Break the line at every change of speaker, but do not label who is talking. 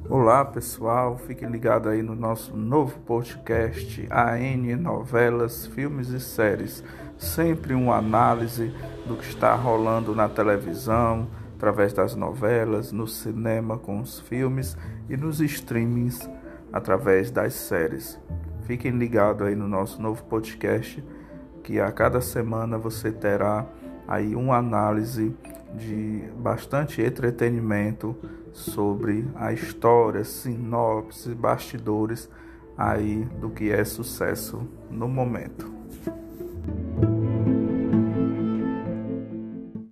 Olá pessoal, fiquem ligados aí no nosso novo podcast AN Novelas, Filmes e Séries. Sempre uma análise do que está rolando na televisão, através das novelas, no cinema com os filmes e nos streamings através das séries. Fiquem ligados aí no nosso novo podcast, que a cada semana você terá aí uma análise de bastante entretenimento sobre a história, sinopse, bastidores aí do que é sucesso no momento.